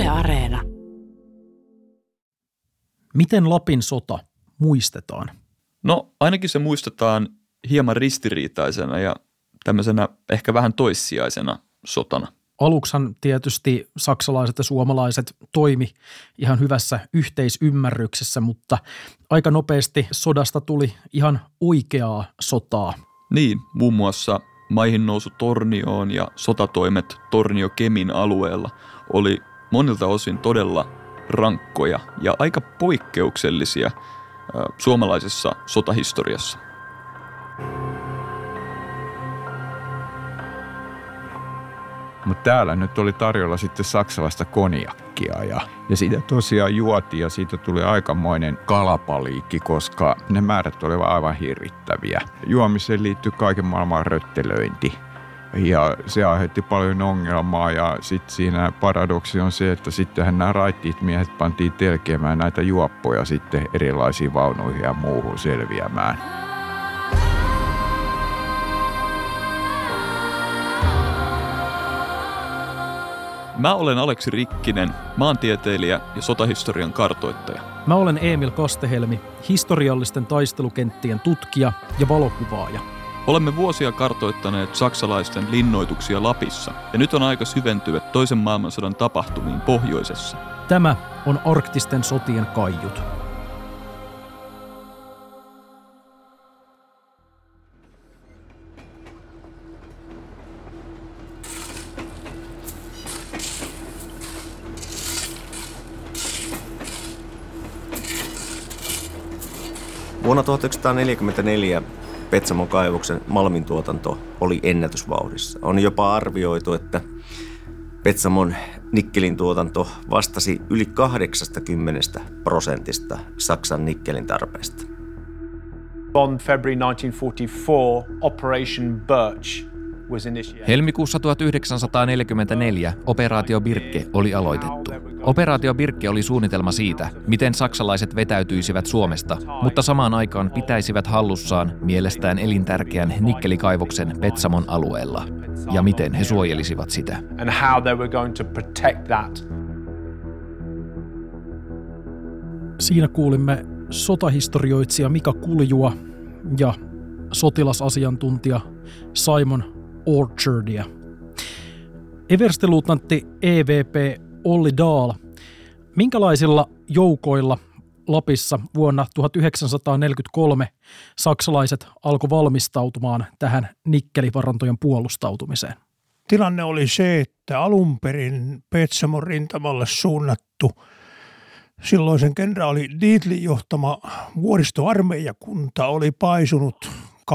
Yle Areena. Miten Lapin sota muistetaan? No ainakin se muistetaan hieman ristiriitaisena ja tämmöisenä ehkä vähän toissijaisena sotana. Aluksihan tietysti saksalaiset ja suomalaiset toimi ihan hyvässä yhteisymmärryksessä, mutta aika nopeasti sodasta tuli ihan oikeaa sotaa. Niin, muun muassa maihin nousu Tornioon ja sotatoimet Tornio-Kemin alueella oli monilta osin todella rankkoja ja aika poikkeuksellisia suomalaisessa sotahistoriassa. Mutta täällä nyt oli tarjolla sitten saksalaista konjakkia ja siitä tosiaan juotiin ja siitä tuli aikamoinen kalapaliikki, koska ne määrät olivat aivan hirvittäviä. Juomiseen liittyi kaiken maailman röttelöinti ja se aiheutti paljon ongelmaa ja sitten siinä paradoksi on se, että sittenhän nämä raittiit miehet pantiin telkeämään näitä juoppoja sitten erilaisiin vaunuihin ja muuhun selviämään. Mä olen Aleksi Rikkinen, maantieteilijä ja sotahistorian kartoittaja. Mä olen Emil Kastehelmi, historiallisten taistelukenttien tutkija ja valokuvaaja. Olemme vuosia kartoittaneet saksalaisten linnoituksia Lapissa ja nyt on aika syventyä toisen maailmansodan tapahtumiin pohjoisessa. Tämä on arktisten sotien kaiut. Vuonna 1944 Petsamon kaivoksen malmintuotanto oli ennätysvauhdissa. On jopa arvioitu, että Petsamon nikkelin tuotanto vastasi yli 80% Saksan nikkelin tarpeesta. On February 1944, Operation Birch was initiated. Helmikuussa 1944 Operaatio Birke oli aloitettu. Operaatio Birke oli suunnitelma siitä, miten saksalaiset vetäytyisivät Suomesta, mutta samaan aikaan pitäisivät hallussaan mielestään elintärkeän nikkelikaivoksen Petsamon alueella. Ja miten he suojelisivat sitä. And how they were going to protect that. Siinä kuulimme sotahistorioitsija Mika Kuljua ja sotilasasiantuntija Simon Orchardia. Everstiluutnantti EVP Olli Dahl, minkälaisilla joukoilla Lapissa vuonna 1943 saksalaiset alkoi valmistautumaan tähän nikkelivarantojen puolustautumiseen? Tilanne oli se, että alun perin Petsamon rintamalle suunnattu silloisen kenraali Diethlin johtama vuoristoarmeijakunta oli paisunut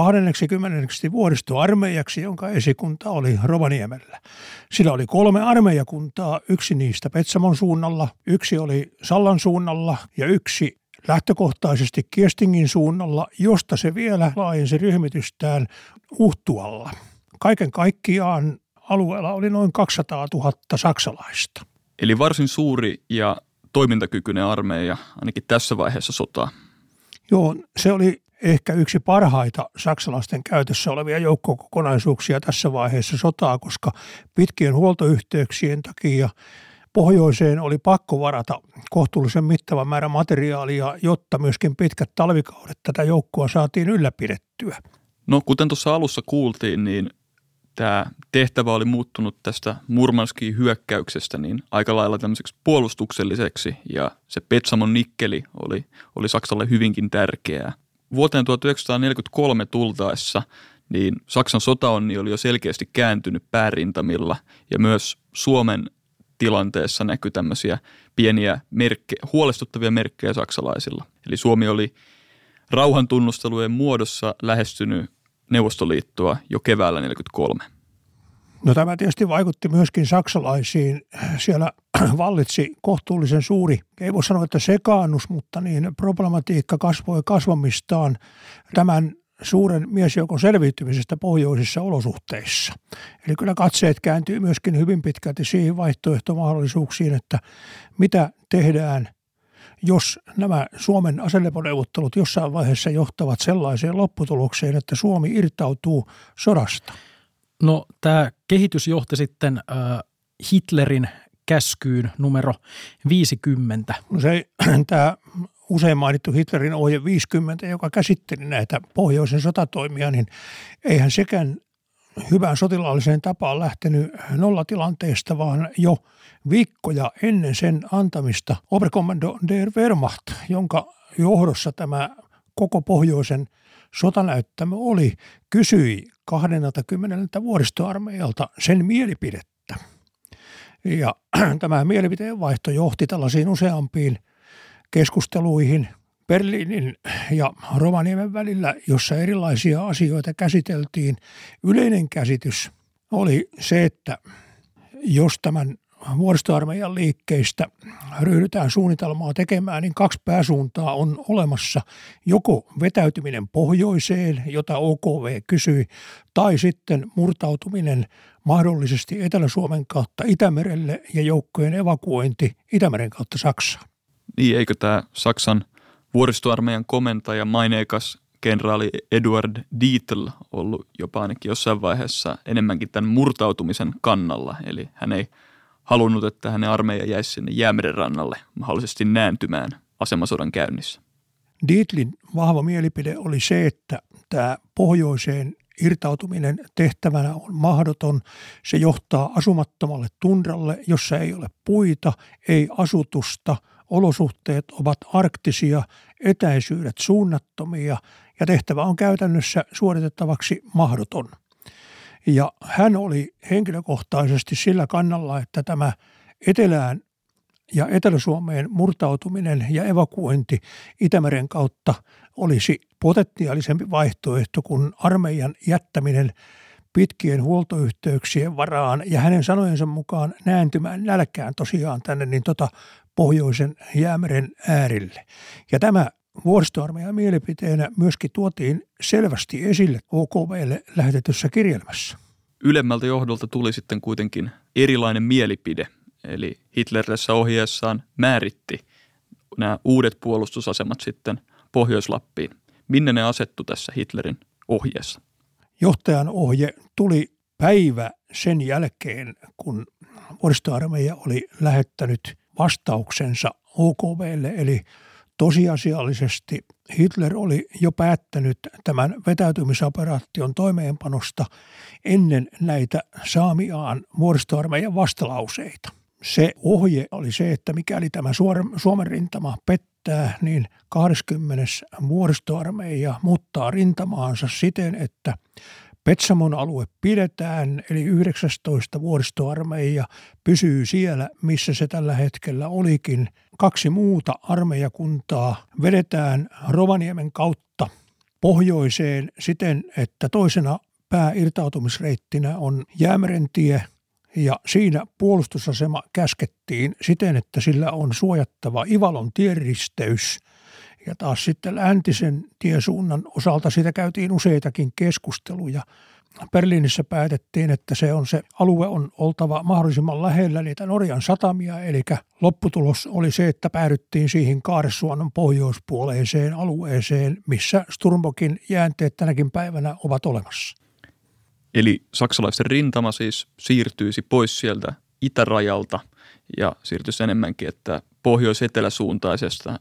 20. vuoristoarmeijaksi, jonka esikunta oli Rovaniemellä. Sillä oli 3 armeijakuntaa, yksi niistä Petsamon suunnalla, yksi oli Sallan suunnalla ja yksi lähtökohtaisesti Kiestingin suunnalla, josta se vielä laajensi ryhmitystään Uhtualla. Kaiken kaikkiaan alueella oli noin 200 000 saksalaista. Eli varsin suuri ja toimintakykyinen armeija, ainakin tässä vaiheessa sotaa. Joo, se oli ehkä yksi parhaita saksalaisten käytössä olevia joukkokokonaisuuksia tässä vaiheessa sotaa, koska pitkien huoltoyhteyksien takia pohjoiseen oli pakko varata kohtuullisen mittava määrä materiaalia, jotta myöskin pitkät talvikaudet tätä joukkoa saatiin ylläpidettyä. No kuten tuossa alussa kuultiin, niin tämä tehtävä oli muuttunut tästä Murmanskin hyökkäyksestä niin aika lailla tämmöiseksi puolustukselliseksi ja se Petsamon nikkeli oli Saksalle hyvinkin tärkeää. Vuoteen 1943 tultaessa niin Saksan sotaonni oli jo selkeästi kääntynyt päärintamilla ja myös Suomen tilanteessa näkyi tämmöisiä pieniä huolestuttavia merkkejä saksalaisilla. Eli Suomi oli rauhantunnustelujen muodossa lähestynyt Neuvostoliittoa jo keväällä 1943. No tämä tietysti vaikutti myöskin saksalaisiin. Siellä vallitsi kohtuullisen suuri, ei voi sanoa, että sekaannus, mutta niin problematiikka kasvoi kasvamistaan tämän suuren miesjoukon selviytymisestä pohjoisissa olosuhteissa. Eli kyllä katseet kääntyy myöskin hyvin pitkälti siihen vaihtoehtomahdollisuuksiin, että mitä tehdään, jos nämä Suomen aseleponeuvottelut jossain vaiheessa johtavat sellaiseen lopputulokseen, että Suomi irtautuu sodasta. No tämä kehitys johti sitten Hitlerin käskyyn numero 50. No tämä usein mainittu Hitlerin ohje 50, joka käsitteli näitä pohjoisen sotatoimia, niin eihän sekään hyvään sotilaalliseen tapaan lähtenyt nollatilanteesta, vaan jo viikkoja ennen sen antamista Oberkommando der Wehrmacht, jonka johdossa tämä koko pohjoisen sotanäyttämö oli, kysyi 20 vuoristoarmeijalta sen mielipidettä. Ja tämä mielipiteenvaihto johti tällaisiin useampiin keskusteluihin Berliinin ja Rovaniemen välillä, jossa erilaisia asioita käsiteltiin. Yleinen käsitys oli se, että jos tämän vuoristoarmeijan liikkeistä ryhdytään suunnitelmaa tekemään, niin 2 pääsuuntaa on olemassa. Joko vetäytyminen pohjoiseen, jota OKV kysyi, tai sitten murtautuminen mahdollisesti Etelä-Suomen kautta Itämerelle ja joukkojen evakuointi Itämeren kautta Saksaan. Niin, eikö tämä Saksan vuoristoarmeijan komentaja, maineikas kenraali Eduard Dietl ollut jopa ainakin jossain vaiheessa enemmänkin tämän murtautumisen kannalla. Eli hän ei halunnut, että hänen armeija jäisi sinne Jäämeren rannalle mahdollisesti nääntymään asemasodan käynnissä. Dietlin vahva mielipide oli se, että tämä pohjoiseen irtautuminen tehtävänä on mahdoton. Se johtaa asumattomalle tundralle, jossa ei ole puita, ei asutusta, olosuhteet ovat arktisia, etäisyydet suunnattomia ja tehtävä on käytännössä suoritettavaksi mahdoton. Ja hän oli henkilökohtaisesti sillä kannalla, että tämä etelään ja Etelä-Suomeen murtautuminen ja evakuointi Itämeren kautta olisi potentiaalisempi vaihtoehto kuin armeijan jättäminen pitkien huoltoyhteyksien varaan ja hänen sanojensa mukaan nääntymään nälkään tosiaan tänne pohjoisen Jäämeren äärille. Ja tämä vuoristoarmeijan mielipiteenä myöskin tuotiin selvästi esille OKV:lle lähetetyssä kirjelmässä. Ylemmältä johdolta tuli sitten kuitenkin erilainen mielipide, eli Hitler tässä ohjeessaan määritti nämä uudet puolustusasemat sitten Pohjois-Lappiin. Minne ne asettu tässä Hitlerin ohjeessa? Johtajan ohje tuli päivä sen jälkeen, kun vuoristoarmeija oli lähettänyt vastauksensa OKV:lle, eli tosiasiallisesti Hitler oli jo päättänyt tämän vetäytymisoperaation toimeenpanosta ennen näitä saamiaan vuoristoarmeijan vastalauseita. Se ohje oli se, että mikäli tämä Suomen rintama pettää, niin 20. vuoristoarmeija muuttaa rintamaansa siten, että Petsamon alue pidetään, eli 19. vuoristoarmeija pysyy siellä, missä se tällä hetkellä olikin. 2 muuta armeijakuntaa vedetään Rovaniemen kautta pohjoiseen siten, että toisena pääirtautumisreittinä on Jäämerentie ja siinä puolustusasema käskettiin siten, että sillä on suojattava Ivalon tienristeys. Ja taas sitten läntisen tiesuunnan osalta siitä käytiin useitakin keskusteluja. Berliinissä päätettiin, että se alue on oltava mahdollisimman lähellä niitä Norjan satamia, eli lopputulos oli se, että päädyttiin siihen Kaaresuonnon pohjoispuoleiseen alueeseen, missä Sturmbockin jäänteet tänäkin päivänä ovat olemassa. Eli saksalaisten rintama siis siirtyisi pois sieltä itärajalta ja siirtyisi enemmänkin, että pohjois-eteläsuuntaisesta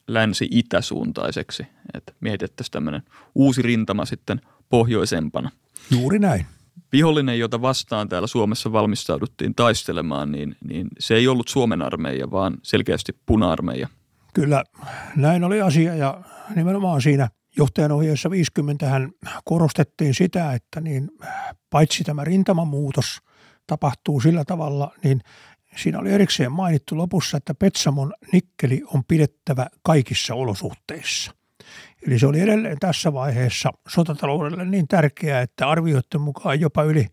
länsi-itäsuuntaiseksi, että mietittäisiin tämmöinen uusi rintama sitten pohjoisempana. Juuri näin. Vihollinen, jota vastaan täällä Suomessa valmistauduttiin taistelemaan, niin se ei ollut Suomen armeija, vaan selkeästi puna-armeija. Kyllä, näin oli asia ja nimenomaan siinä johtajan ohjeessa 50 korostettiin sitä, että niin paitsi tämä rintamamuutos tapahtuu sillä tavalla, niin siinä oli erikseen mainittu lopussa, että Petsamon nikkeli on pidettävä kaikissa olosuhteissa. Eli se oli edelleen tässä vaiheessa sotataloudelle niin tärkeää, että arvioiden mukaan jopa yli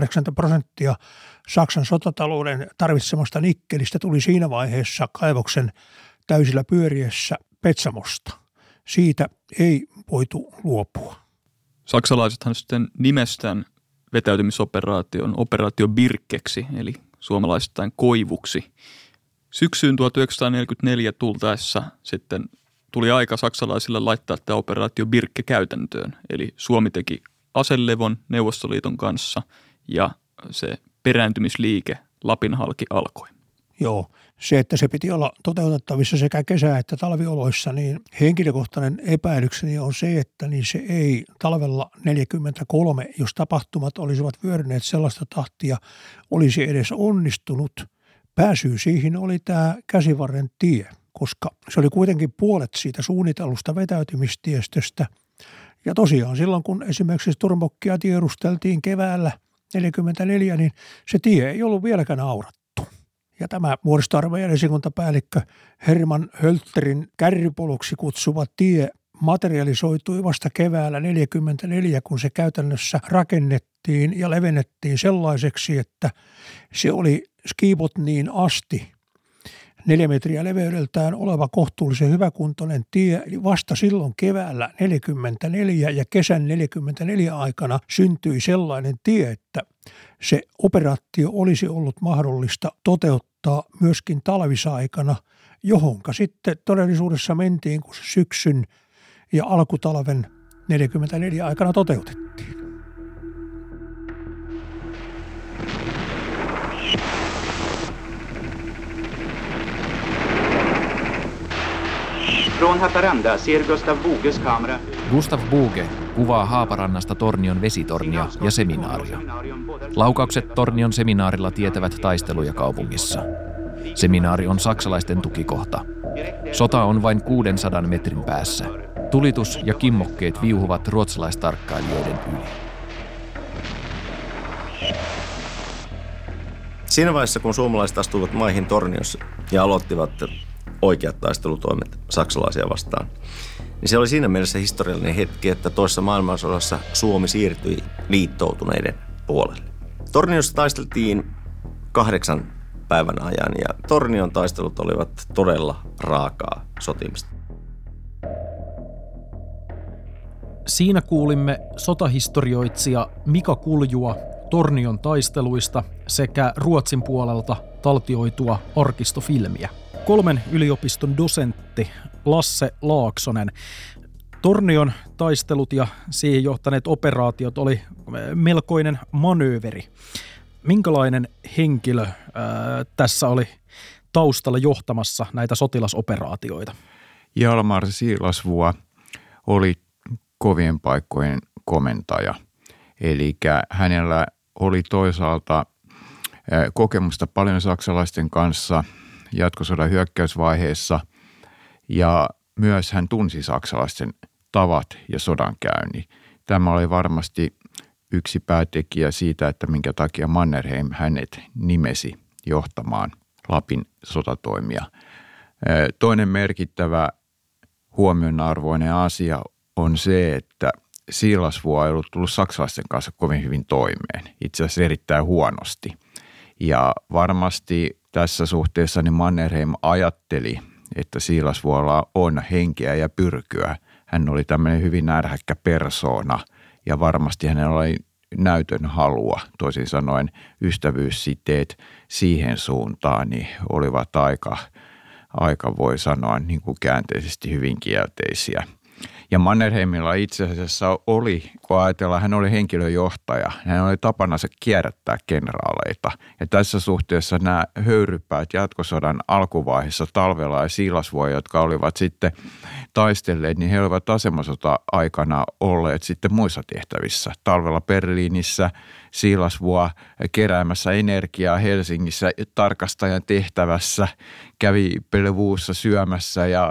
80% Saksan sotatalouden tarvitsemasta nikkelistä tuli siinä vaiheessa kaivoksen täysillä pyöriessä Petsamosta. Siitä ei voitu luopua. Saksalaisethan sitten nimestään vetäytymisoperaation operaatio Birkeksi, eli suomalaisittain koivuksi. Syksyyn 1944 tultaessa sitten tuli aika saksalaisille laittaa tämä operaatio Birke käytäntöön. Eli Suomi teki aselevon Neuvostoliiton kanssa ja se perääntymisliike Lapin halki alkoi. Joo, se, että se piti olla toteutettavissa sekä kesä- että talvioloissa, niin henkilökohtainen epäilykseni on se, että niin se ei talvella 43, jos tapahtumat olisivat vyöryneet sellaista tahtia, olisi edes onnistunut. Pääsyy siihen oli tämä Käsivarren tie, koska se oli kuitenkin puolet siitä suunnitellusta vetäytymistiestöstä. Ja tosiaan silloin, kun esimerkiksi Turmbokkia tiedusteltiin keväällä 1944, niin se tie ei ollut vieläkään aurattu. Ja tämä vuoristoarmeijan esikuntapäällikkö Herman Hölterin kärrypoluksi kutsuva tie materialisoitui vasta keväällä 1944, kun se käytännössä rakennettiin ja levennettiin sellaiseksi, että se oli Skibotniin asti 4 metriä leveydeltään oleva kohtuullisen hyväkuntoinen tie. Eli vasta silloin keväällä 1944 ja kesän 1944 aikana syntyi sellainen tie, että se operaatio olisi ollut mahdollista toteuttaa myöskin talvisaikana, johonka sitten todellisuudessa mentiin, kun se syksyn ja alkutalven 1944 aikana toteutettiin. Från Haparanda ser Gustav Boges kamera. Gustav Boge kuvaa Haaparannasta Tornion vesitornia ja seminaaria. Laukaukset Tornion seminaarilla tietävät taisteluja kaupungissa. Seminaari on saksalaisten tukikohta. Sota on vain 600 metrin päässä. Tulitus ja kimmokkeet viuhuvat ruotsalaistarkkailijoiden yli. Siinä vaiheessa, kun suomalaiset astuivat maihin Torniossa ja aloittivat oikeat taistelutoimet saksalaisia vastaan, niin se oli siinä mielessä historiallinen hetki, että toisessa maailmansodassa Suomi siirtyi liittoutuneiden puolelle. Torniossa taisteltiin 8 päivän ajan ja Tornion taistelut olivat todella raakaa sotimista. Siinä kuulimme sotahistorioitsija Mika Kuljua Tornion taisteluista sekä Ruotsin puolelta taltioitua arkistofilmiä. 3 yliopiston dosentti Lasse Laaksonen. Tornion taistelut ja siihen johtaneet operaatiot oli melkoinen manööveri. Minkälainen henkilö tässä oli taustalla johtamassa näitä sotilasoperaatioita? Jalmar Siilasvuo oli kovien paikkojen komentaja. Eli hänellä oli toisaalta kokemusta paljon saksalaisten kanssa jatkosodan hyökkäysvaiheessa ja myös hän tunsi saksalaisten tavat ja sodankäynnin. Tämä oli varmasti yksi päätekijä siitä, että minkä takia Mannerheim hänet nimesi johtamaan Lapin sotatoimia. Toinen merkittävä huomionarvoinen asia on se, että Siilasvuo ei ollut tullut saksalaisten kanssa kovin hyvin toimeen, itse asiassa erittäin huonosti. Ja varmasti tässä suhteessa niin Mannerheim ajatteli, että Siilasvuolla on henkeä ja pyrkyä. Hän oli tämmöinen hyvin närhäkkä persoona ja varmasti hänellä oli näytön halua, toisin sanoen ystävyyssiteet siihen suuntaan, niin olivat aika voi sanoa niin kuin käänteisesti hyvin kielteisiä. Ja Mannerheimilla itse asiassa oli, kun ajatellaan, hän oli henkilöjohtaja, hän oli tapanansa kierrättää kenraaleita. Ja tässä suhteessa nämä höyrypäät jatkosodan alkuvaiheessa talvella ja Siilasvuo, jotka olivat sitten taistelleet, niin he olivat asemasota-aikana olleet sitten muissa tehtävissä. Talvella Berliinissä, Siilasvuo keräämässä energiaa Helsingissä tarkastajan tehtävässä, kävi Pelvuussa syömässä ja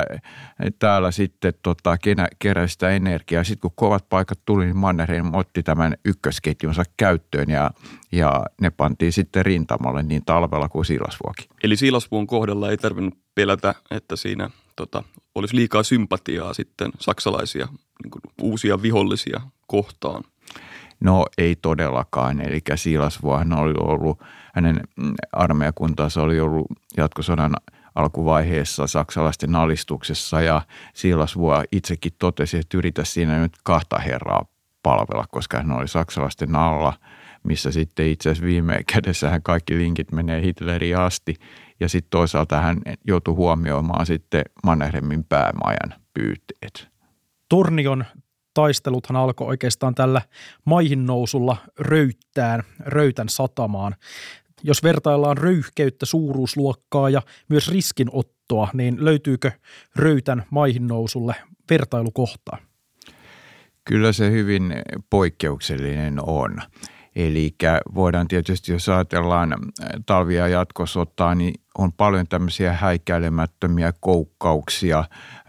täällä sitten keräsi sitä energiaa. Sitten kun kovat paikat tuli, niin Mannerheim otti tämän ykkösketjunsa käyttöön ja ne pantiin sitten rintamalle niin talvella kuin Siilasvuokin. Eli Siilasvuon kohdalla ei tarvinnut pelätä, että siinä olisi liikaa sympatiaa sitten saksalaisia niin kuin uusia vihollisia kohtaan. No ei todellakaan, eli Siilasvuohan oli ollut, hänen armeijakuntansa oli ollut jatkosodan alkuvaiheessa saksalaisten alistuksessa ja Siilasvuo itsekin totesi, että yritä siinä nyt 2 herraa palvella, koska hän oli saksalaisten alla, missä sitten itse asiassa viime kädessähän kaikki linkit menee Hitleriin asti ja sitten toisaalta hän joutui huomioimaan sitten Mannerheimin päämajan pyyteet. Tornion taisteluthan alkoi oikeastaan tällä maihin nousulla Röytän satamaan. Jos vertaillaan röyhkeyttä, suuruusluokkaa ja myös riskinottoa, niin löytyykö Röytän maihin nousulle vertailukohtaa? Kyllä se hyvin poikkeuksellinen on. Eli voidaan tietysti, jos ajatellaan talvia jatkosotaa, niin on paljon tämmöisiä häikäilemättömiä koukkauksia,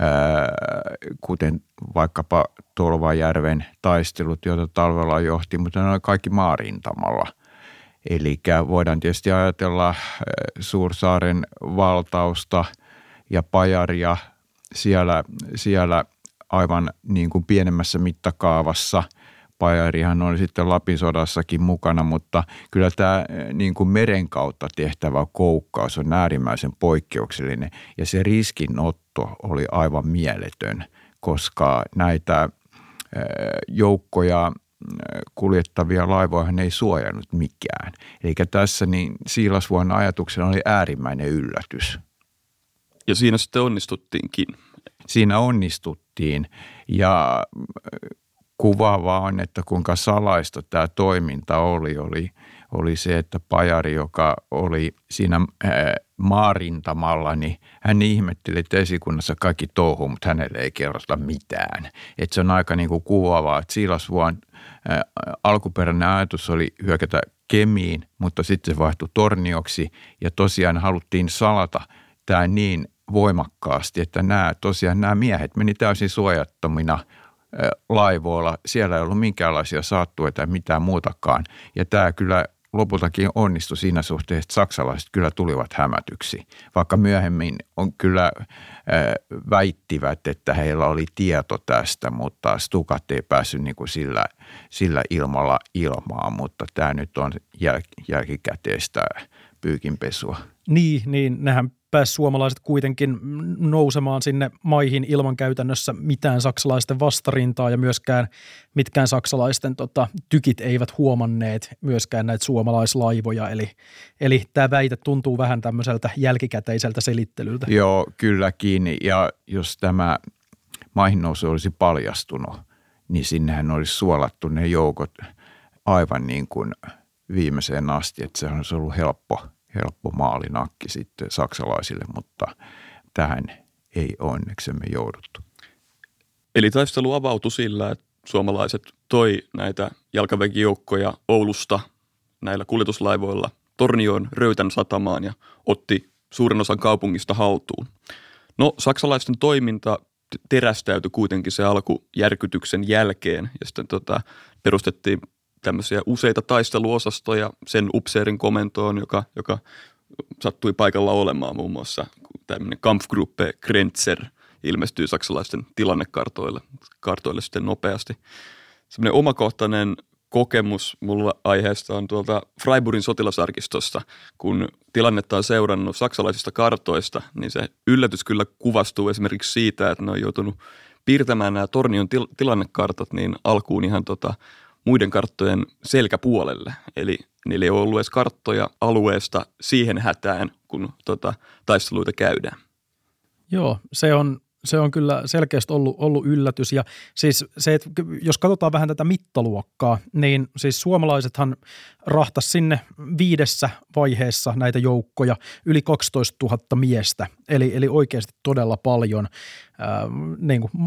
kuten vaikkapa Tolvajärven taistelut, joita talvella johti, mutta ne on kaikki maarintamalla. Eli voidaan tietysti ajatella Suursaaren valtausta ja Pajaria siellä aivan niin kuin pienemmässä mittakaavassa. Pajarihan oli sitten Lapin sodassakin mukana, mutta kyllä tämä niin kuin meren kautta tehtävä koukkaus on äärimmäisen poikkeuksellinen ja se riskinotto oli aivan mieletön, koska näitä joukkoja kuljettavia laivoihin ei suojannut mikään. Eli tässä niin Siilasvuon ajatuksena oli äärimmäinen yllätys. Ja siinä sitten onnistuttiinkin. Siinä onnistuttiin ja kuvaavaa on, että kuinka salaista tämä toiminta oli se, että Pajari, joka oli siinä maarintamalla, niin hän ihmetteli, että esikunnassa kaikki touhuu, mutta hänelle ei kerrota mitään. Että se on aika niin kuin kuvaavaa, että Siilasvuon alkuperäinen ajatus oli hyökätä Kemiin, mutta sitten se vaihtui Tornioksi ja tosiaan haluttiin salata tämä niin voimakkaasti, että nämä miehet meni täysin suojattomina laivoilla. Siellä ei ollut minkäänlaisia saattuja tai mitään muutakaan. Ja tämä kyllä lopultakin onnistui siinä suhteessa, että saksalaiset kyllä tulivat hämätyksi. Vaikka myöhemmin on kyllä väittivät, että heillä oli tieto tästä, mutta Stukat ei päässyt niin kuin sillä ilmalla ilmaan. Mutta tämä nyt on jälkikäteistä pyykinpesua. Niin nehän pääsi suomalaiset kuitenkin nousemaan sinne maihin ilman käytännössä mitään saksalaisten vastarintaa ja myöskään mitkään saksalaisten tykit eivät huomanneet myöskään näitä suomalaislaivoja. Eli tämä väite tuntuu vähän tämmöiseltä jälkikäteiseltä selittelyltä. Joo, kylläkin. Ja jos tämä maihin nousu olisi paljastunut, niin sinnehän olisi suolattu ne joukot aivan niin kuin viimeiseen asti, että se olisi ollut helppo maalinakki sitten saksalaisille, mutta tähän ei onneksemme jouduttu. Eli taistelu avautui sillä, että suomalaiset toi näitä jalkaväkijoukkoja Oulusta näillä kuljetuslaivoilla Tornioon Röytän satamaan ja otti suurin osan kaupungista haltuun. No, saksalaisten toiminta terästäytyi kuitenkin se alkujärkytyksen jälkeen ja sitten perustettiin tämmöisiä useita taisteluosastoja sen upseerin komentoon, joka sattui paikalla olemaan muun muassa tämmöinen Kampfgruppe Grenzer ilmestyy saksalaisten tilannekartoille sitten nopeasti. Semmoinen omakohtainen kokemus mulla aiheesta on tuolta Freiburgin sotilasarkistosta, kun tilannetta on seurannut saksalaisista kartoista, niin se yllätys kyllä kuvastuu esimerkiksi siitä, että ne on joutunut piirtämään nämä Tornion tilannekartat niin alkuun ihan muiden karttojen selkäpuolelle. Eli niillä ei ole ollut edes karttoja alueesta siihen hätään, kun taisteluita käydään. Joo, se on kyllä selkeästi ollut yllätys. Ja siis se, että jos katsotaan vähän tätä mittaluokkaa, niin siis suomalaisethan rahtas sinne 5 vaiheessa näitä joukkoja yli 12 000 miestä. Eli oikeasti todella paljon niin kuin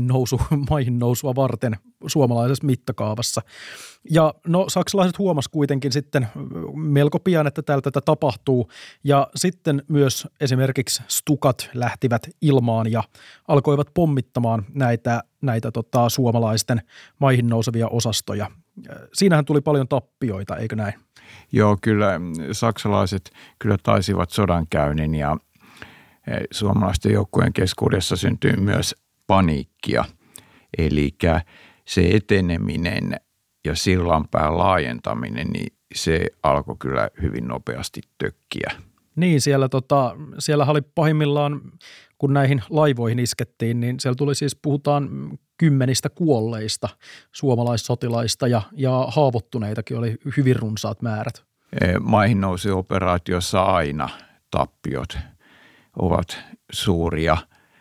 maihin nousua varten suomalaisessa mittakaavassa. Ja no saksalaiset huomasivat kuitenkin sitten melko pian, että tätä tapahtuu ja sitten myös esimerkiksi Stukat lähtivät ilmaan ja alkoivat pommittamaan näitä suomalaisten maihin nousevia osastoja. Siinähän tuli paljon tappioita, eikö näin? Joo, kyllä saksalaiset kyllä taisivat sodankäynnin ja suomalaisten joukkojen keskuudessa syntyi myös paniikkia. Eli se eteneminen ja sillanpään laajentaminen, niin se alkoi kyllä hyvin nopeasti tökkiä. Niin, siellä oli pahimmillaan, kun näihin laivoihin iskettiin, niin siellä tuli siis, puhutaan 10 kuolleista suomalaissotilaista ja haavoittuneitakin oli hyvin runsaat määrät. Maihin nousi operaatiossa aina tappiot ovat suuria,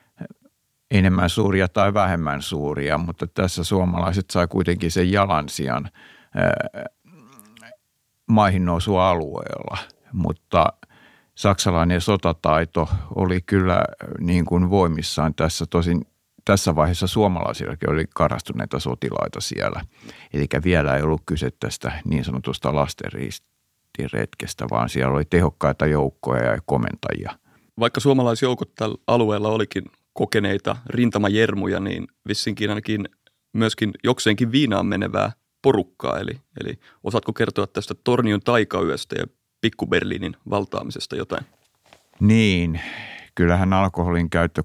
enemmän suuria tai vähemmän suuria, mutta tässä suomalaiset sai kuitenkin sen jalansijan maihinnousualueella, mutta saksalainen sotataito oli kyllä niin kuin voimissaan tässä. Tosin tässä vaiheessa suomalaisillakin oli karastuneita sotilaita siellä. Eli vielä ei ollut kyse tästä niin sanotusta lastenristiretkestä, vaan siellä oli tehokkaita joukkoja ja komentajia. Vaikka suomalaisjoukot tällä alueella olikin kokeneita rintamajermuja, niin vissinkin ainakin myöskin jokseenkin Viinaan menevää porukkaa. Eli osaatko kertoa tästä Tornion taikayöstä ja Pikku-Berliinin valtaamisesta jotain? Niin, kyllähän alkoholin käyttö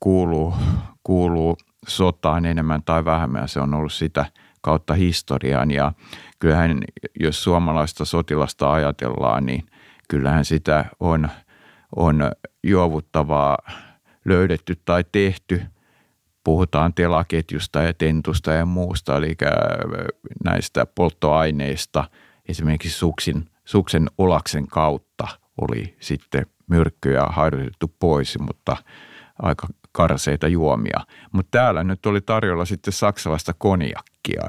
kuuluu sotaan enemmän tai vähemmän. Se on ollut sitä kautta historiaan ja kyllähän jos suomalaista sotilasta ajatellaan, niin kyllähän sitä on juovuttavaa löydetty tai tehty. Puhutaan telaketjusta ja tentusta ja muusta, eli näistä polttoaineista esimerkiksi suksen olaksen kautta oli sitten myrkkyjä haidutettu pois, mutta aika karseita juomia. Mutta täällä nyt oli tarjolla sitten saksalaista konjakkia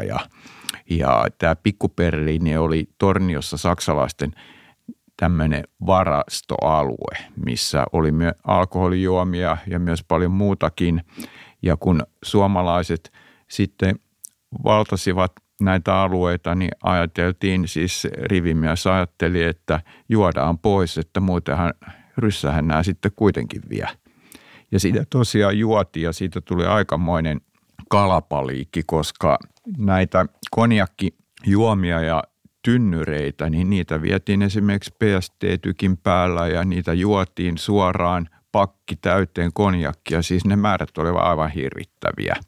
ja tämä Pikku-Berliini oli Torniossa saksalaisten tämmöinen varastoalue, missä oli myös alkoholijuomia ja myös paljon muutakin. Ja kun suomalaiset sitten valtasivat näitä alueita, niin ajateltiin, siis rivimies ajatteli, että juodaan pois, että muutenhan ryssähän nämä sitten kuitenkin vie. Ja siitä tosiaan juotiin ja siitä tuli aikamoinen kalapaliikki, koska näitä konjakkijuomia ja tynnyreitä, niin niitä vietiin esimerkiksi PST-tykin päällä ja niitä juotiin suoraan pakki täyteen konjakkia, siis ne määrät olivat aivan hirvittäviä.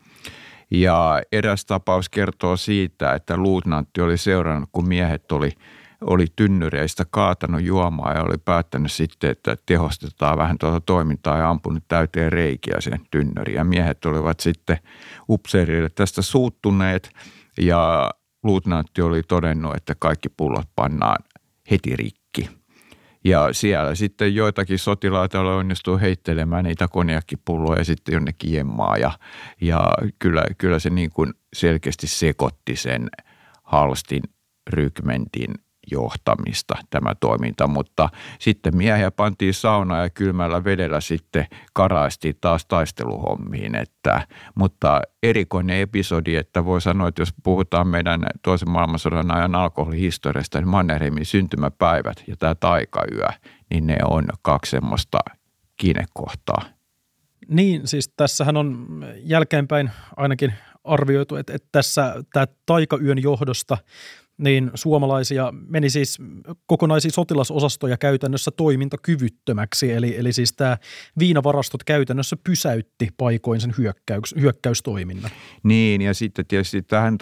Ja eräs tapaus kertoo siitä, että luutnantti oli seurannut, kun miehet oli tynnyreistä kaatanut juomaa ja oli päättänyt sitten, että tehostetaan vähän tuota toimintaa ja ampunut täyteen reikiä sen tynnyriin. Ja miehet olivat sitten upseerille tästä suuttuneet ja luutnantti oli todennut, että kaikki pullot pannaan heti rikki. Ja siellä sitten joitakin sotilaita onnistuu heittelemään niitä konjakkipulloja sitten jonnekin jemmaan ja kyllä se niin kuin selkeästi sekoitti sen Halstin rykmentin johtamista tämä toiminta, mutta sitten miehiä pantiin saunaan ja kylmällä vedellä sitten karaistiin taas taisteluhommiin, mutta erikoinen episodi, että voi sanoa, että jos puhutaan meidän toisen maailmansodan ajan alkoholihistoriasta, niin Mannerheimin syntymäpäivät ja tämä taikayö, niin ne on kaksi semmoista kiinnekohtaa. Niin, siis tässähän on jälkeenpäin ainakin arvioitu, että tässä tämä taikayön johdosta niin suomalaisia meni siis kokonaisia sotilasosastoja käytännössä toimintakyvyttömäksi, eli siis tämä viinavarastot käytännössä pysäytti paikoin sen hyökkäystoiminnan. Niin, ja sitten tietysti tähän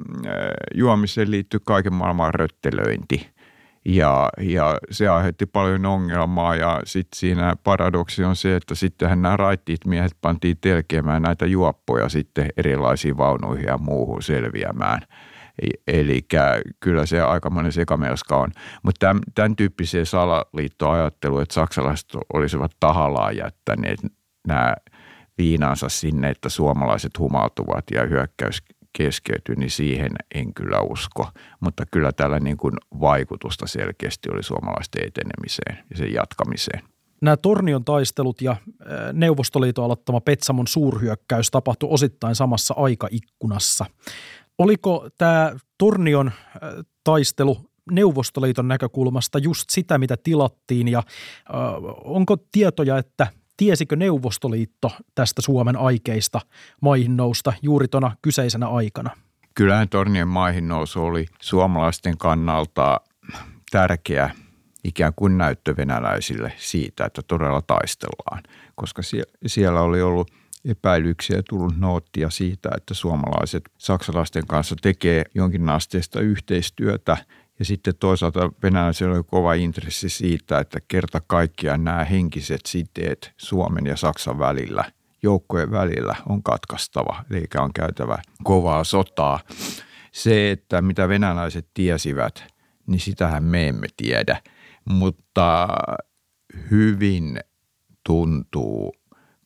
juomiseen liittyy kaiken maailman röttelöinti. Ja se aiheutti paljon ongelmaa ja sitten siinä paradoksi on se, että sittenhän nämä raittiit miehet pantiin telkeämään näitä juoppoja sitten erilaisiin vaunuihin ja muuhun selviämään. Eli kyllä se aikamoinen sekamelska on. Mutta tämän tyyppiseen salaliittoajatteluun, että saksalaiset olisivat tahallaan jättäneet nämä viinansa sinne, että suomalaiset humaltuvat ja hyökkäys keskeytyi, niin siihen en kyllä usko. Mutta kyllä tällä niin kuin vaikutusta selkeästi oli suomalaisten etenemiseen ja sen jatkamiseen. Nämä Tornion taistelut ja Neuvostoliiton aloittama Petsamon suurhyökkäys tapahtui osittain samassa aikaikkunassa. Oliko tämä Tornion taistelu Neuvostoliiton näkökulmasta just sitä, mitä tilattiin ja onko tietoja, että tiesikö Neuvostoliitto tästä Suomen aikeista maihin nousta juuri tuona kyseisenä aikana? Kyllähän Tornion maihin nousu oli suomalaisten kannalta tärkeä ikään kuin näyttö venäläisille siitä, että todella taistellaan, koska siellä oli ollut epäilyksiä ja tullut noottia siitä, että suomalaiset saksalaisten kanssa tekee jonkinasteista yhteistyötä ja sitten toisaalta venäläisillä oli kova intressi siitä, että kerta kaikkiaan nämä henkiset siteet Suomen ja Saksan välillä, joukkojen välillä on katkaistava, eli on käytävä kovaa sotaa. Se, että mitä venäläiset tiesivät, niin sitähän me emme tiedä, mutta hyvin tuntuu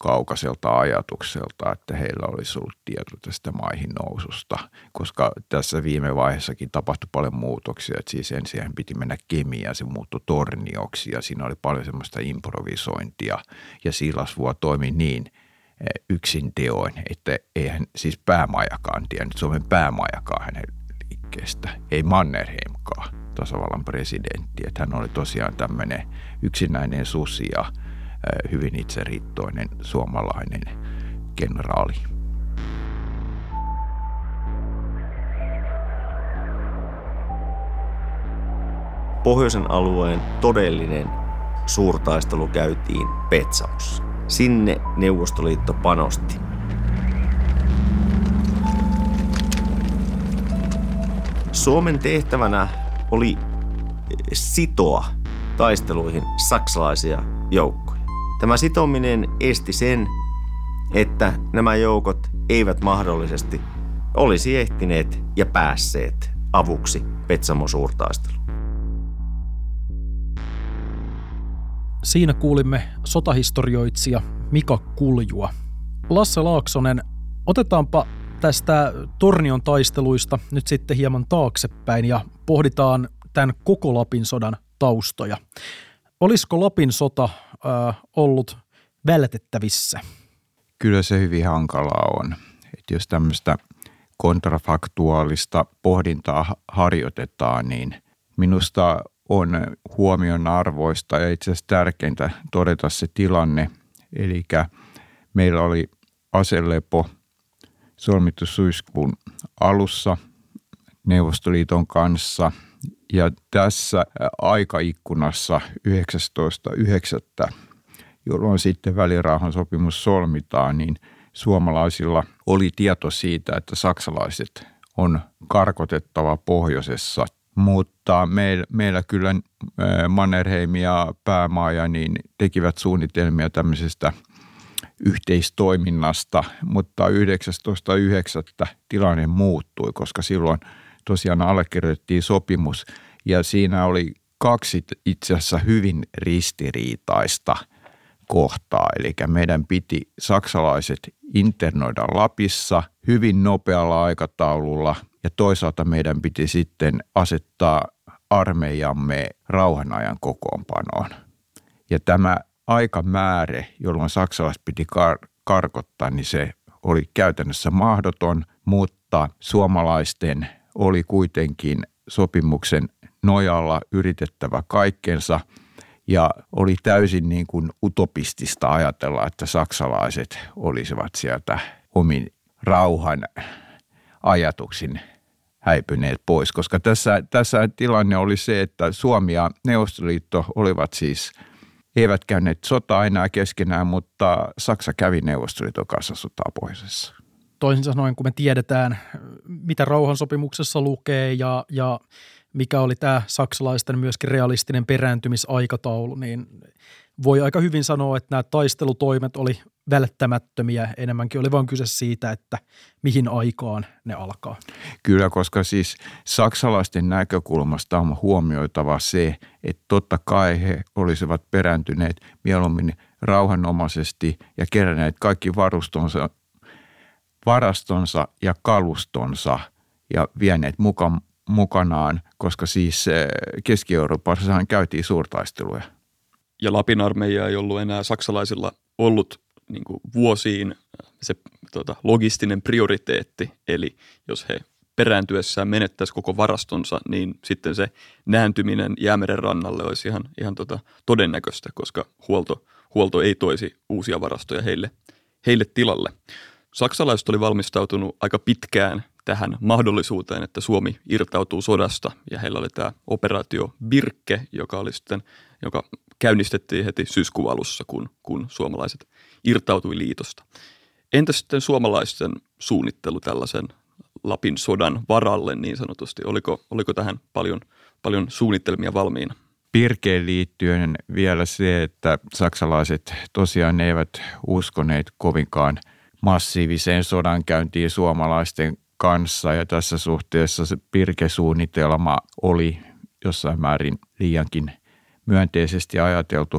kaukaiselta ajatukselta, että heillä olisi ollut tieto tästä maihin noususta, koska tässä viime vaiheessakin tapahtui paljon muutoksia. Että siis ensin piti mennä Kemiin, se muuttui Tornioksi ja siinä oli paljon semmoista improvisointia ja Siilasvuo toimi niin yksin teoin, että eihän siis päämajakaan tiennyt, Suomen päämajakaan hänen liikkeestä, ei Mannerheimkaan, tasavallan presidentti, että hän oli tosiaan tämmöinen yksinäinen susi ja hyvin itseriittoinen suomalainen kenraali. Pohjoisen alueen todellinen suurtaistelu käytiin Petsamossa. Sinne Neuvostoliitto panosti. Suomen tehtävänä oli sitoa taisteluihin saksalaisia joukkoja. Tämä sitominen esti sen, että nämä joukot eivät mahdollisesti olisi ehtineet ja päässeet avuksi Petsamon suurtaisteluun. Siinä kuulimme sotahistorioitsija Mika Kuljua. Lasse Laaksonen, otetaanpa tästä Tornion taisteluista nyt sitten hieman taaksepäin ja pohditaan tämän koko Lapin sodan taustoja. Olisiko Lapin sota ollut vältettävissä? Kyllä se hyvin hankalaa on. Että jos tämmöistä kontrafaktuaalista pohdintaa harjoitetaan, niin minusta on huomion arvoista ja itse asiassa tärkeintä todeta se tilanne. Eli meillä oli aselepo solmittu syyskuun alussa Neuvostoliiton kanssa ja tässä aikaikkunassa 19.9., jolloin sitten välirauhan sopimus solmitaan, niin suomalaisilla oli tieto siitä, että saksalaiset on karkotettava pohjoisessa. Mutta meillä kyllä Mannerheim ja päämaaja niin tekivät suunnitelmia tämmöisestä yhteistoiminnasta, mutta 19.9. tilanne muuttui, koska silloin tosiaan allekirjoitettiin sopimus ja siinä oli kaksi itse asiassa hyvin ristiriitaista kohtaa. Eli meidän piti saksalaiset internoida Lapissa hyvin nopealla aikataululla ja toisaalta meidän piti sitten asettaa armeijamme rauhanajan kokoonpanoon. Ja tämä aikamäärä, jolloin saksalaiset piti karkottaa, niin se oli käytännössä mahdoton, mutta suomalaisten oli kuitenkin sopimuksen nojalla yritettävä kaikkensa ja oli täysin niin kuin utopistista ajatella, että saksalaiset olisivat sieltä omin rauhan ajatuksin häipyneet pois, koska tässä tilanne oli se, että Suomi ja Neuvostoliitto olivat siis, eivät käyneet sotaa enää keskenään, mutta Saksa kävi Neuvostoliiton kanssa sotaa pohjoisessa. Toisin sanoen, kun me tiedetään, mitä rauhansopimuksessa lukee ja mikä oli tämä saksalaisten myöskin realistinen perääntymisaikataulu, niin voi aika hyvin sanoa, että nämä taistelutoimet oli välttämättömiä. Enemmänkin oli vain kyse siitä, että mihin aikaan ne alkaa. Kyllä, koska siis saksalaisten näkökulmasta on huomioitava se, että totta kai he olisivat perääntyneet mieluummin rauhanomaisesti ja keränneet kaikki varastonsa ja kalustonsa ja vieneet mukanaan, koska siis Keski-Euroopassahan käytiin suurtaisteluja. Ja Lapin armeija ei ollut enää saksalaisilla ollut niin kuin vuosiin se logistinen prioriteetti, eli jos he perääntyessään menettäisi koko varastonsa, niin sitten se nääntyminen Jäämeren rannalle olisi ihan todennäköistä, koska huolto ei toisi uusia varastoja heille tilalle. Saksalaiset oli valmistautunut aika pitkään tähän mahdollisuuteen, että Suomi irtautuu sodasta ja heillä oli tämä operaatio Birke, joka käynnistettiin heti syyskuun alussa, kun suomalaiset irtautui liitosta. Entä sitten suomalaisten suunnittelu tällaisen Lapin sodan varalle niin sanotusti? Oliko tähän paljon suunnitelmia valmiina? Birkeen liittyen vielä se, että saksalaiset tosiaan eivät uskoneet kovinkaan massiiviseen sodankäyntiin suomalaisten kanssa ja tässä suhteessa se Birke-suunnitelma oli jossain määrin liiankin myönteisesti ajateltu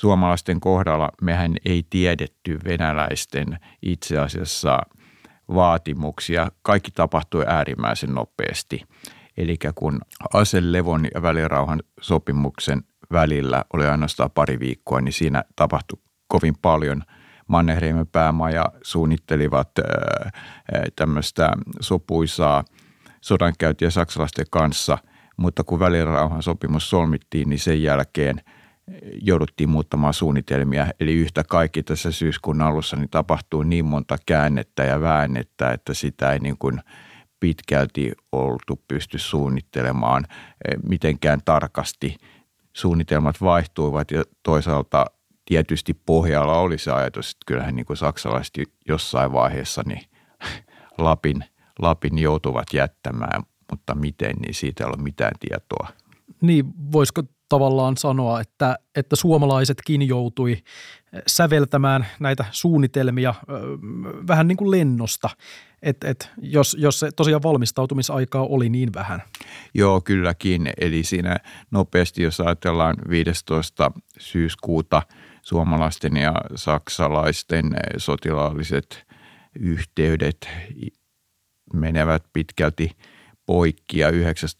suomalaisten kohdalla mehän ei tiedetty venäläisten itse asiassa vaatimuksia. Kaikki tapahtui äärimmäisen nopeasti. Eli kun aselevon ja välirauhan sopimuksen välillä oli ainoastaan pari viikkoa, niin siinä tapahtui kovin paljon. Mannerheimin päämaja suunnittelivat tämmöistä sopuisaa sodankäyntiä saksalaisten kanssa, mutta kun välirauhan sopimus solmittiin, niin sen jälkeen jouduttiin muuttamaan suunnitelmia. Eli yhtä kaikki tässä syyskuun alussa niin tapahtuu niin monta käännettä ja väännettä, että sitä ei niin kuin pitkälti oltu pysty suunnittelemaan mitenkään tarkasti. Suunnitelmat vaihtuivat ja toisaalta tietysti pohjalla oli se ajatus, että kyllähän niin kuin saksalaiset jossain vaiheessa niin Lapin joutuvat jättämään, mutta miten, niin siitä ei ole mitään tietoa. Niin, voisiko tavallaan sanoa, että suomalaisetkin joutui säveltämään näitä suunnitelmia vähän niin kuin lennosta, että jos se tosiaan valmistautumisaikaa oli niin vähän. Joo, kylläkin. Eli siinä nopeasti, jos ajatellaan 15. syyskuuta suomalaisten ja saksalaisten sotilaalliset yhteydet menevät pitkälti poikki ja 19.9.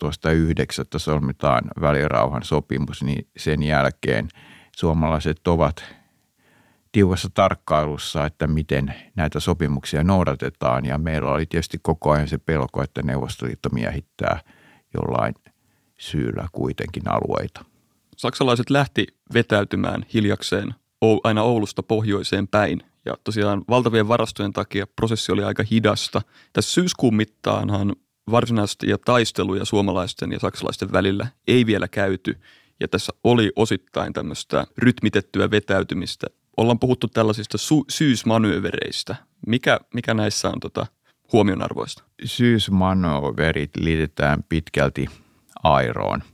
solmitaan välirauhan sopimus, niin sen jälkeen suomalaiset ovat tiukassa tarkkailussa, että miten näitä sopimuksia noudatetaan ja meillä oli tietysti koko ajan se pelko, että Neuvostoliitto miehittää jollain syyllä kuitenkin alueita. Saksalaiset lähti vetäytymään hiljakseen aina Oulusta pohjoiseen päin ja tosiaan valtavien varastojen takia prosessi oli aika hidasta. Tässä syyskuun mittaanhan varsinaisesti ja taisteluja suomalaisten ja saksalaisten välillä ei vielä käyty ja tässä oli osittain tämmöistä rytmitettyä vetäytymistä. Ollaan puhuttu tällaisista syysmanöövereistä. Mikä näissä on huomionarvoista? Syysmanööverit liitetään pitkälti Airoon,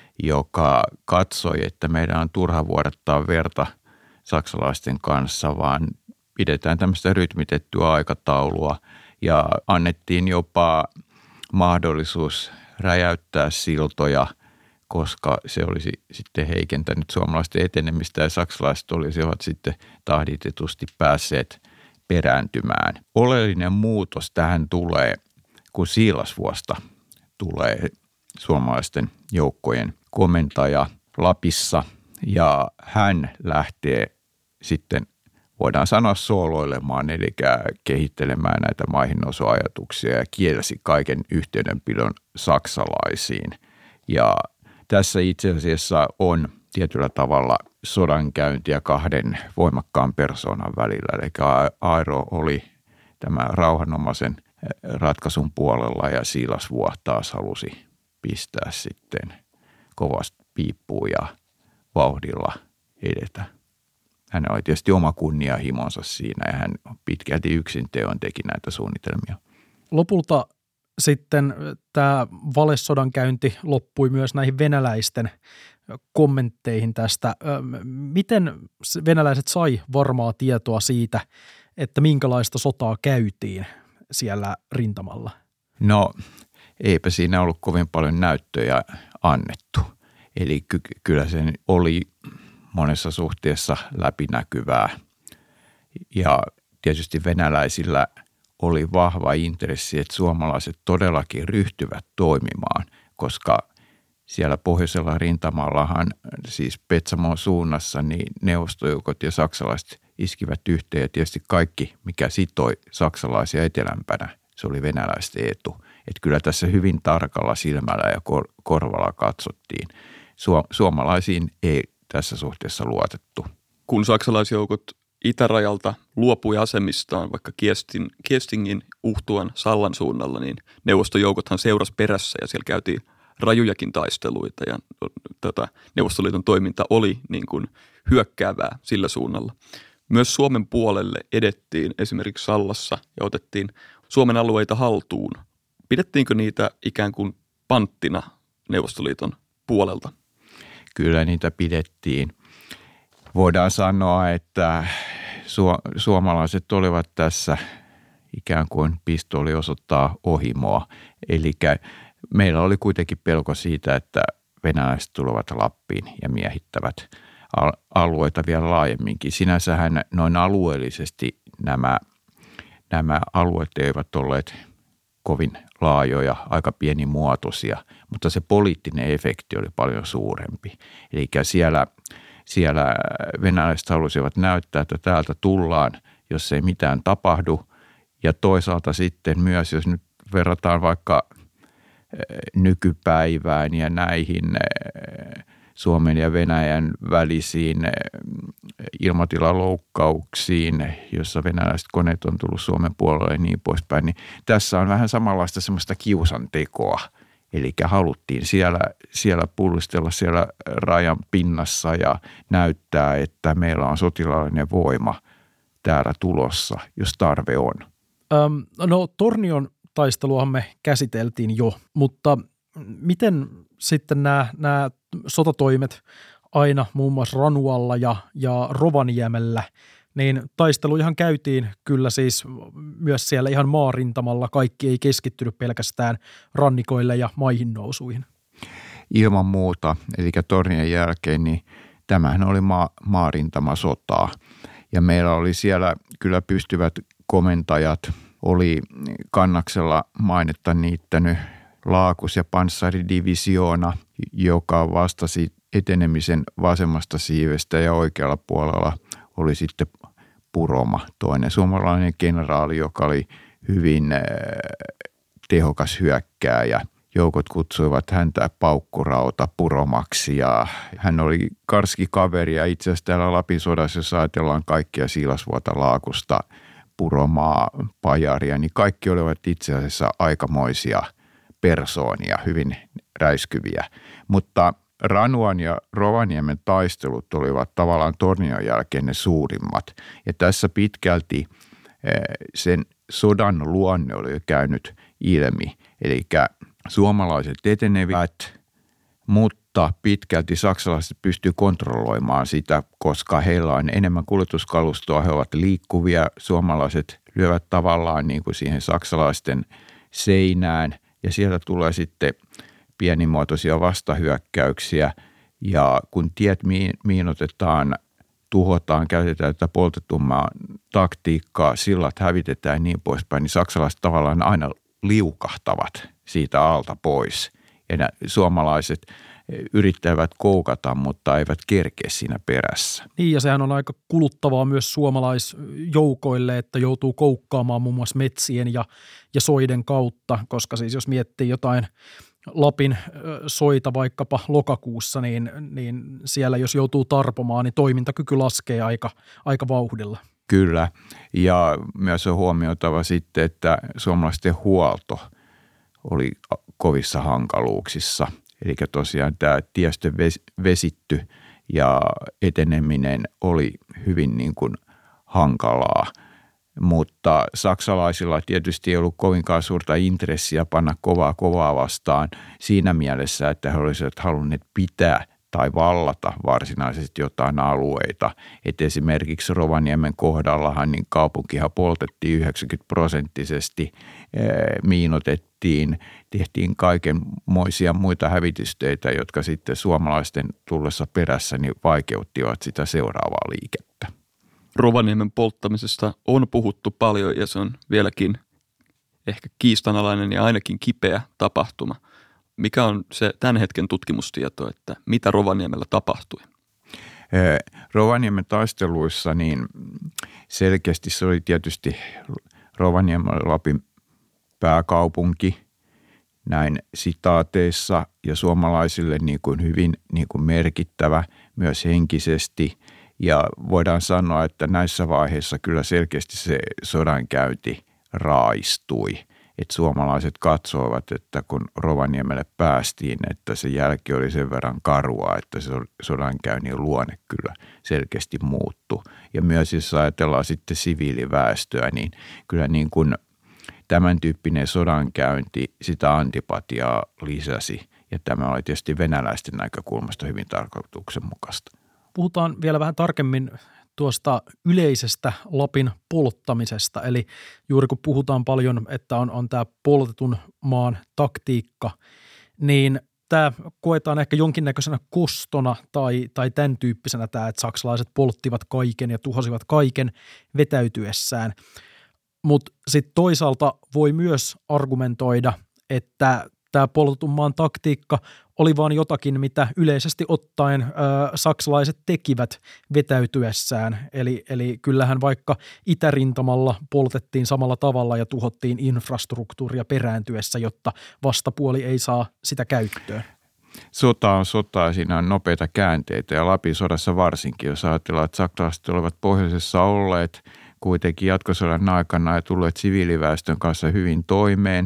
joka katsoi, että meidän on turha vuodattaa verta saksalaisten kanssa, vaan pidetään tämmöistä rytmitettyä aikataulua ja annettiin jopa mahdollisuus räjäyttää siltoja, koska se olisi sitten heikentänyt suomalaisten etenemistä ja saksalaiset olisivat sitten tahditetusti päässeet perääntymään. Oleellinen muutos tähän tulee, kun Siilasvuosta tulee suomalaisten joukkojen komentaja Lapissa ja hän lähtee sitten, voidaan sanoa, sooloilemaan, eli kehittelemään näitä maihinnousuajatuksia ja kielsi kaiken yhteydenpidon saksalaisiin. Ja tässä itse asiassa on tietyllä tavalla sodankäyntiä kahden voimakkaan persoonan välillä, eli Airo oli tämä rauhanomaisen ratkaisun puolella ja Siilasvuo taas halusi pistää sitten kovasti piippuun ja vauhdilla edetä. Hänellä oli tietysti oma kunnianhimonsa siinä ja hän pitkälti yksin teon teki näitä suunnitelmia. Lopulta sitten tämä valesodankäynti loppui myös näihin venäläisten kommentteihin tästä. Miten venäläiset sai varmaa tietoa siitä, että minkälaista sotaa käytiin siellä rintamalla? No, eipä siinä ollut kovin paljon näyttöjä annettu. Eli kyllä se oli monessa suhteessa läpinäkyvää. Ja tietysti venäläisillä oli vahva intressi, että suomalaiset todellakin ryhtyvät toimimaan, koska siellä pohjoisella rintamallahan, siis Petsamon suunnassa, niin neuvostojoukot ja saksalaiset iskivät yhteen ja tietysti kaikki, mikä sitoi saksalaisia etelämpänä, se oli venäläisten etu. Että kyllä tässä hyvin tarkalla silmällä ja korvalla katsottiin. Suomalaisiin ei tässä suhteessa luotettu. Kun saksalaisjoukot itärajalta luopui asemistaan vaikka Kiestingin, Uhtuan, Sallan suunnalla, niin neuvostojoukothan seurasi perässä ja siellä käytiin rajujakin taisteluita ja Neuvostoliiton toiminta oli niin kuin hyökkäävää sillä suunnalla. Myös Suomen puolelle edettiin esimerkiksi Sallassa ja otettiin Suomen alueita haltuun. Pidettiinkö niitä ikään kuin panttina Neuvostoliiton puolelta? Kyllä niitä pidettiin. Voidaan sanoa, että suomalaiset olivat tässä ikään kuin pistooli osoittaa ohimoa. Eli meillä oli kuitenkin pelko siitä, että venäläiset tulevat Lappiin ja miehittävät alueita vielä laajemminkin. Sinänsähän noin alueellisesti nämä alueet eivät olleet kovin laajoja, aika pienimuotoisia, mutta se poliittinen efekti oli paljon suurempi. Eli siellä venäläiset halusivat näyttää, että täältä tullaan, jos ei mitään tapahdu. Ja toisaalta sitten myös, jos nyt verrataan vaikka nykypäivään ja näihin Suomen ja Venäjän välisiin ilmatilaloukkauksiin, jossa venäläiset koneet on tullut Suomen puolelle ja niin poispäin, niin tässä on vähän samanlaista semmoista kiusantekoa. Eli haluttiin siellä pullistella siellä rajan pinnassa ja näyttää, että meillä on sotilaallinen voima täällä tulossa, jos tarve on. No Tornion taisteluahan me käsiteltiin jo, mutta miten sitten nämä sotatoimet aina muun muassa Ranualla ja Rovaniemellä, niin taistelujahan käytiin kyllä siis myös siellä ihan maarintamalla. Kaikki ei keskittynyt pelkästään rannikoille ja maihin nousuihin. Ilman muuta, eli Tornion jälkeen, niin tämähän oli maarintamasotaa. Ja meillä oli siellä kyllä pystyvät komentajat, oli Kannaksella mainetta niittänyt Laakus- ja panssaridivisioona, joka vastasi etenemisen vasemmasta siivestä ja oikealla puolella oli sitten Puroma, toinen suomalainen kenraali, joka oli hyvin tehokas hyökkääjä. Joukot kutsuivat häntä Paukkurauta Puromaksi ja hän oli karski kaveri ja itse asiassa täällä Lapin sodassa, jos ajatellaan kaikkia Siilasvuota, Laakusta, Puromaa, Pajaria, niin kaikki olivat itse asiassa aikamoisia persoonia, hyvin räiskyviä. Mutta Ranuan ja Rovaniemen taistelut olivat tavallaan Tornion jälkeen ne suurimmat. Ja tässä pitkälti sen sodan luonne oli jo käynyt ilmi. Eli suomalaiset etenevät, mutta pitkälti saksalaiset pystyvät kontrolloimaan sitä, koska heillä on enemmän kuljetuskalustoa, he ovat liikkuvia. Suomalaiset lyövät tavallaan niin kuin siihen saksalaisten seinään ja sieltä tulee sitten pienimuotoisia vastahyökkäyksiä ja kun tiet miinotetaan, tuhotaan, käytetään tätä poltetummaa taktiikkaa, sillat hävitetään ja niin poispäin, niin saksalaiset tavallaan aina liukahtavat siitä alta pois. Ja suomalaiset yrittävät koukata, mutta eivät kerkeä siinä perässä. Niin ja sehän on aika kuluttavaa myös suomalaisjoukoille, että joutuu koukkaamaan muun muassa metsien ja soiden kautta, koska siis jos miettii jotain Lapin soita vaikkapa lokakuussa, niin siellä jos joutuu tarpomaan, niin toimintakyky laskee aika vauhdilla. Kyllä, ja myös on huomioitava sitten, että suomalaisten huolto oli kovissa hankaluuksissa. Eli tosiaan tämä tiestö vesitty ja eteneminen oli hyvin niin kuin hankalaa. Mutta saksalaisilla tietysti ei ollut kovinkaan suurta intressiä panna kovaa vastaan siinä mielessä, että he olisivat halunneet pitää tai vallata varsinaisesti jotain alueita. Et esimerkiksi Rovaniemen kohdallahan niin kaupunkihan poltettiin 90%, miinotettiin, tehtiin kaikenmoisia muita hävitystöitä, jotka sitten suomalaisten tullessa perässä niin vaikeuttivat sitä seuraavaa liikettä. Rovaniemen polttamisesta on puhuttu paljon ja se on vieläkin ehkä kiistanalainen ja ainakin kipeä tapahtuma. Mikä on se tämän hetken tutkimustieto, että mitä Rovaniemellä tapahtui? Rovaniemen taisteluissa niin selkeästi se oli tietysti Rovaniemen Lapin pääkaupunki näin sitaateissa ja suomalaisille niin kuin hyvin niin kuin merkittävä myös henkisesti. Ja voidaan sanoa, että näissä vaiheissa kyllä selkeästi se sodankäynti raaistui. Että suomalaiset katsoivat, että kun Rovaniemelle päästiin, että se jälki oli sen verran karua, että se sodankäynnin luonne kyllä selkeästi muuttui. Ja myös jos ajatellaan sitten siviiliväestöä, niin kyllä niin kuin tämän tyyppinen sodankäynti sitä antipatiaa lisäsi. Ja tämä oli tietysti venäläisten näkökulmasta hyvin tarkoituksenmukaista. Puhutaan vielä vähän tarkemmin tuosta yleisestä Lapin polttamisesta. Eli juuri kun puhutaan paljon, että on tämä poltetun maan taktiikka, niin tämä koetaan ehkä jonkinnäköisenä kostona tai tämän tyyppisenä tämä, että saksalaiset polttivat kaiken ja tuhosivat kaiken vetäytyessään. Mutta sitten toisaalta voi myös argumentoida, että tämä poltetun maan taktiikka oli vaan jotakin, mitä yleisesti ottaen saksalaiset tekivät vetäytyessään. Eli kyllähän vaikka itärintamalla poltettiin samalla tavalla ja tuhottiin infrastruktuuria perääntyessä, jotta vastapuoli ei saa sitä käyttöön. Sota on sotaa, siinä on nopeita käänteitä ja Lapin sodassa varsinkin, jos ajatellaan, että saksalaiset olivat pohjoisessa olleet kuitenkin jatkosodan aikana ja tulleet siviiliväestön kanssa hyvin toimeen.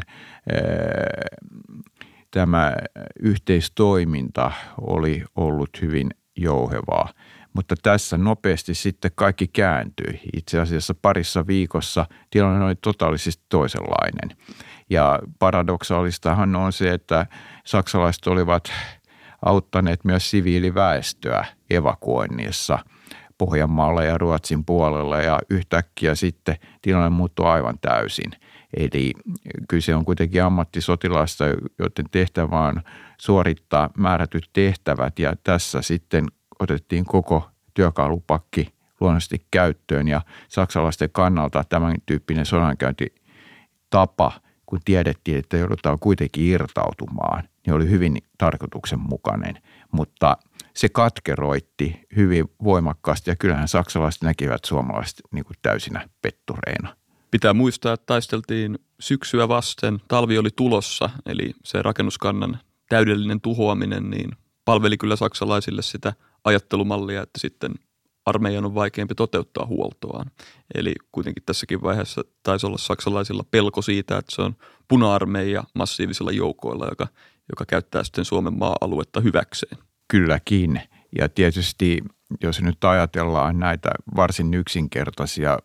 Tämä yhteistoiminta oli ollut hyvin jouhevaa, mutta tässä nopeasti sitten kaikki kääntyi. Itse asiassa parissa viikossa tilanne oli totaalisesti toisenlainen. Ja paradoksaalistahan on se, että saksalaiset olivat auttaneet myös siviiliväestöä evakuoinnissa Pohjanmaalla ja Ruotsin puolella ja yhtäkkiä sitten tilanne muuttui aivan täysin. Eli kyse on kuitenkin ammattisotilaista, joiden tehtävä on suorittaa määrätyt tehtävät ja tässä sitten otettiin koko työkalupakki luonnollisesti käyttöön ja saksalaisten kannalta tämän tyyppinen sodankäyntitapa, kun tiedettiin, että joudutaan kuitenkin irtautumaan, niin oli hyvin tarkoituksenmukainen, mutta se katkeroitti hyvin voimakkaasti ja kyllähän saksalaiset näkivät suomalaiset niin kuin täysinä pettureina. Pitää muistaa, että taisteltiin syksyä vasten, talvi oli tulossa, eli se rakennuskannan täydellinen tuhoaminen niin palveli kyllä saksalaisille sitä ajattelumallia, että sitten armeijan on vaikeampi toteuttaa huoltoaan. Eli kuitenkin tässäkin vaiheessa taisi olla saksalaisilla pelko siitä, että se on puna-armeija massiivisilla joukoilla, joka käyttää sitten Suomen maa-aluetta hyväkseen. Kylläkin. Ja tietysti, jos nyt ajatellaan näitä varsin yksinkertaisia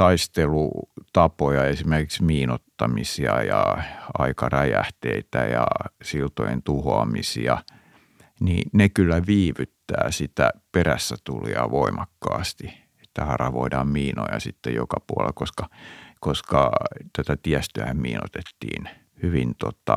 taistelutapoja, esimerkiksi miinottamisia ja aikaräjähteitä ja siltojen tuhoamisia, niin ne kyllä viivyttää sitä perässä tulijaa voimakkaasti, että haravoidaan miinoja sitten joka puolella, koska tätä tiestöä miinotettiin hyvin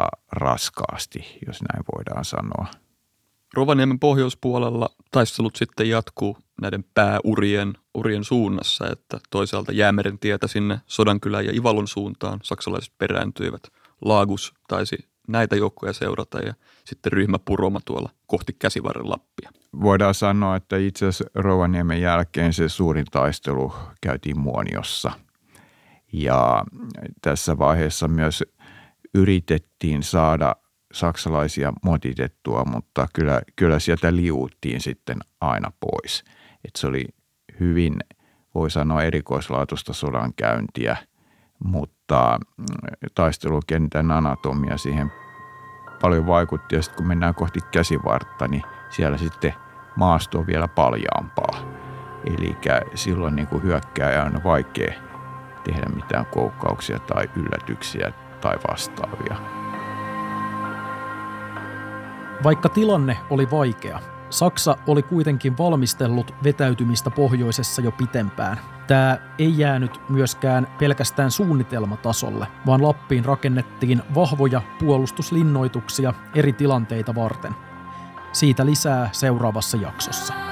raskaasti, jos näin voidaan sanoa. Rovaniemen pohjoispuolella taistelut sitten jatkuu näiden pääurien suunnassa, että toisaalta Jäämeren tietä sinne Sodankylän ja Ivalon suuntaan saksalaiset perääntyivät. Laagus taisi näitä joukkoja seurata ja sitten ryhmä Puroma tuolla kohti Käsivarren Lappia. Voidaan sanoa, että itse asiassa Rovaniemen jälkeen se suurin taistelu käytiin Muoniossa ja tässä vaiheessa myös yritettiin saada saksalaisia motitettua, mutta kyllä sieltä liuuttiin sitten aina pois. Et se oli hyvin, voi sanoa, erikoislaatuista sodankäyntiä, mutta taistelukentän anatomia siihen paljon vaikutti. Ja sitten kun mennään kohti Käsivartta, niin siellä sitten maasto on vielä paljaampaa. Eli silloin niin kuin hyökkääjä on vaikea tehdä mitään koukkauksia tai yllätyksiä tai vastaavia. Vaikka tilanne oli vaikea, Saksa oli kuitenkin valmistellut vetäytymistä pohjoisessa jo pitempään. Tämä ei jäänyt myöskään pelkästään suunnitelmatasolle, vaan Lappiin rakennettiin vahvoja puolustuslinnoituksia eri tilanteita varten. Siitä lisää seuraavassa jaksossa.